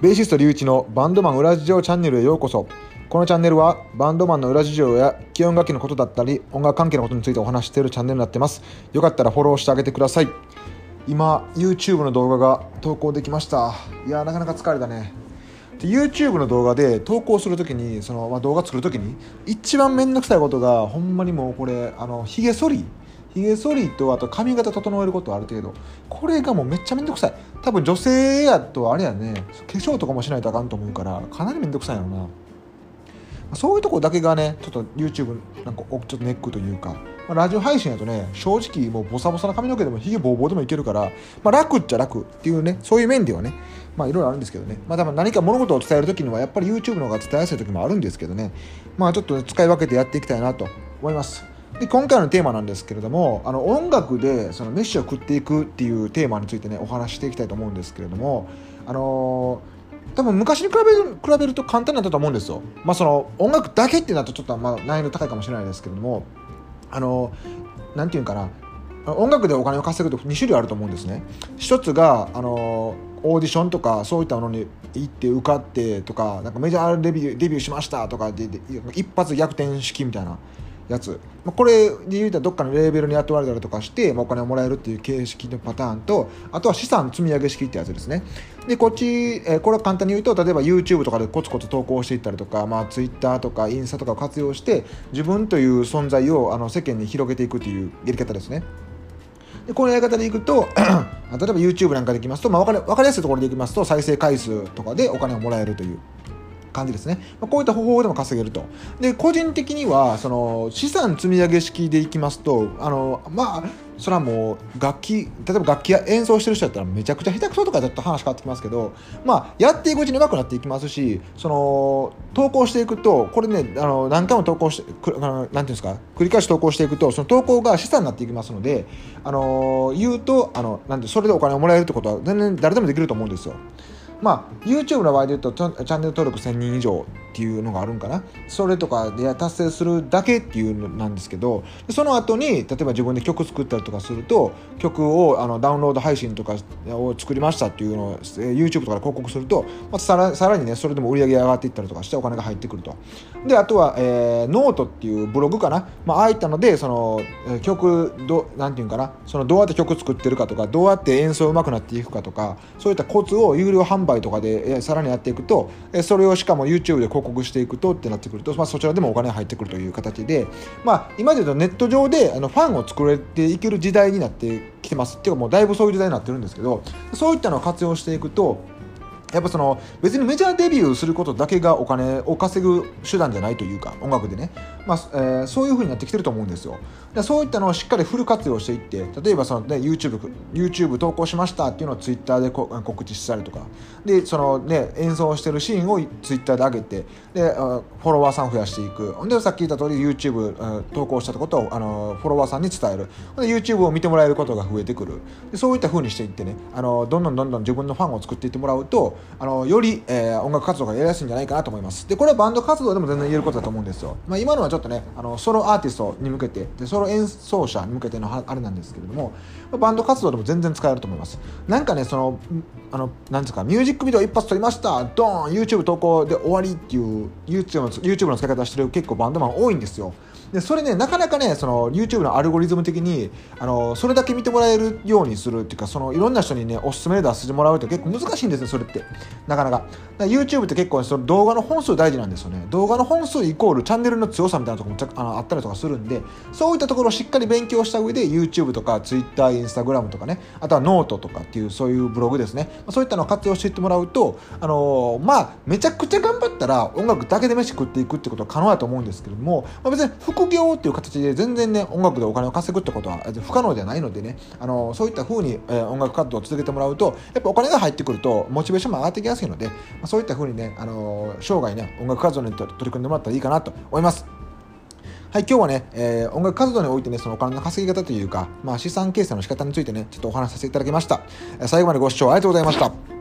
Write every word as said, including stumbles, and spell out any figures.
ベーシスト龍一のバンドマン裏事情チャンネルへようこそ。このチャンネルはバンドマンの裏事情や基本楽器のことだったり音楽関係のことについてお話しているチャンネルになっています。よかったらフォローしてあげてください。今 YouTube の動画が投稿できました。いやなかなか疲れたね。で YouTube の動画で投稿するときにその、まあ、動画作るときに一番めんどくさいことがほんまにもうこれあのヒゲ剃りヒゲ剃りとあと髪型整えることはある程度これがもうめっちゃめんどくさい。多分女性やとあれやね化粧とかもしないとあかんと思うからかなりめんどくさいのな。そういうとこだけがねちょっと YouTube なんかちょっとネックというか、まあ、ラジオ配信やとね正直もうボサボサな髪の毛でもヒゲボーボーでもいけるから、まあ、楽っちゃ楽っていうねそういう面ではねまあいろいろあるんですけどね、まあ多分何か物事を伝えるときにはやっぱり YouTube の方が伝えやすいときもあるんですけどね、まあちょっと使い分けてやっていきたいなと思います。で今回のテーマなんですけれども、あの音楽でその飯を食っていくっていうテーマについてねお話ししていきたいと思うんですけれども、あのー、多分昔に比べる比べると簡単だったと思うんですよ。まあその音楽だけってなるとちょっとまあ難易度高いかもしれないですけれども、あのー、なんていうんかな、音楽でお金を稼ぐとに種類あると思うんですね。一つがあのー、オーディションとかそういったものに行って受かってとか、なんかメジャーデビューデビューしましたとかで一発逆転式みたいなやつ、まあ、これで言うたらどっかのレーベルに雇われたりとかして、まあ、お金をもらえるっていう形式のパターンと、あとは資産積み上げ式ってやつですね。でこっち、えー、これは簡単に言うと例えば YouTube とかでコツコツ投稿していったりとか、まあ、Twitter とかインスタとかを活用して自分という存在をあの世間に広げていくっていうやり方ですね。でこのやり方でいくと例えば YouTube なんかでいきますと、まあ、分かり、分かりやすいところでいきますと再生回数とかでお金をもらえるという感じですね。まあ、こういった方法でも稼げると。で個人的にはその資産積み上げ式でいきますと、あのまあそれはもう楽器例えば楽器や演奏してる人だったらめちゃくちゃ下手くそとかだと話変わってきますけど、まあやっていくうちに上手くなっていきますし、その投稿していくとこれねあの何回も投稿してくあのなんていうんですか繰り返し投稿していくとその投稿が資産になっていきますので、あの言うとあのなんでそれでお金をもらえるってことは全然誰でもできると思うんですよ。まあ、YouTube の場合で言うとチャンネル登録せんにん以上っていうのがあるんかな。それとかで達成するだけっていうのなんですけど、その後に例えば自分で曲作ったりとかすると曲をあのダウンロード配信とかを作りましたっていうのを YouTube とかで広告すると、またさら、さらにねそれでも売り上げが上がっていったりとかしてお金が入ってくると。であとは、えー、ノートっていうブログかな、まあ、ああいったのでその曲どなんていうんかな、そのどうやって曲作ってるかとかどうやって演奏上手くなっていくかとかそういったコツを有料販売とかでさらにやっていくと、それをしかも YouTube で広告していくとってなってくると、まあ、そちらでもお金が入ってくるという形で、まあ、今で言うとネット上であのファンを作れていける時代になってきてますっていうかもうだいぶそういう時代になってるんですけど、そういったのを活用していくとやっぱその別にメジャーデビューすることだけがお金を稼ぐ手段じゃないというか音楽でね、まあえー、そういう風になってきてると思うんですよ。でそういったのをしっかりフル活用していって、例えばその、ね、YouTube, YouTube 投稿しましたっていうのを Twitter で告知したりとかで、その、ね、演奏してるシーンを Twitter で上げてでフォロワーさんを増やしていく。でさっき言った通り YouTube 投稿したことをあのフォロワーさんに伝える。で YouTube を見てもらえることが増えてくる。でそういった風にしていってね、あのどんどんどんどん自分のファンを作っていってもらうとあのより、えー、音楽活動がやりやすいんじゃないかなと思います。でこれはバンド活動でも全然言えることだと思うんですよ。まあ、今のはちょっとねあのソロアーティストに向けてでソロ演奏者に向けてのあれなんですけれども、バンド活動でも全然使えると思います。なんかねそのあのなんですかミュージックビデオ一発撮りましたドーン YouTube 投稿で終わりっていう YouTube の YouTube の使い方してる結構バンドマン多いんですよ。でそれねなかなかねその YouTube のアルゴリズム的にあのそれだけ見てもらえるようにするっていうか、そのいろんな人にねおすすめで出してもらうって結構難しいんですよそれってなかなか。だから YouTube って結構その動画の本数大事なんですよね。動画の本数イコールチャンネルの強さみたいなところもあのあったりとかするんで、そういったところをしっかり勉強した上で YouTube とか Twitter、Instagram とかね、あとはノートとかっていうそういうブログですね、そういったのを活用していってもらうと、あのー、まあめちゃくちゃ頑張ったら音楽だけで飯食っていくってことは可能だと思うんですけれども、まあ、別に副業っていう形で全然ね音楽でお金を稼ぐってことは不可能ではないのでね、あのー、そういった風に、えー、音楽活動を続けてもらうとやっぱお金が入ってくるとモチベーションも上がってきやすいので、まあ、そういった風にね、あのー、生涯ね音楽活動に取り組んでもらったらいいかなと思います。はい、今日はね、えー、音楽活動においてね、そのお金の稼ぎ方というか、まあ、資産形成の仕方についてね、ちょっとお話しさせていただきました。最後までご視聴ありがとうございました。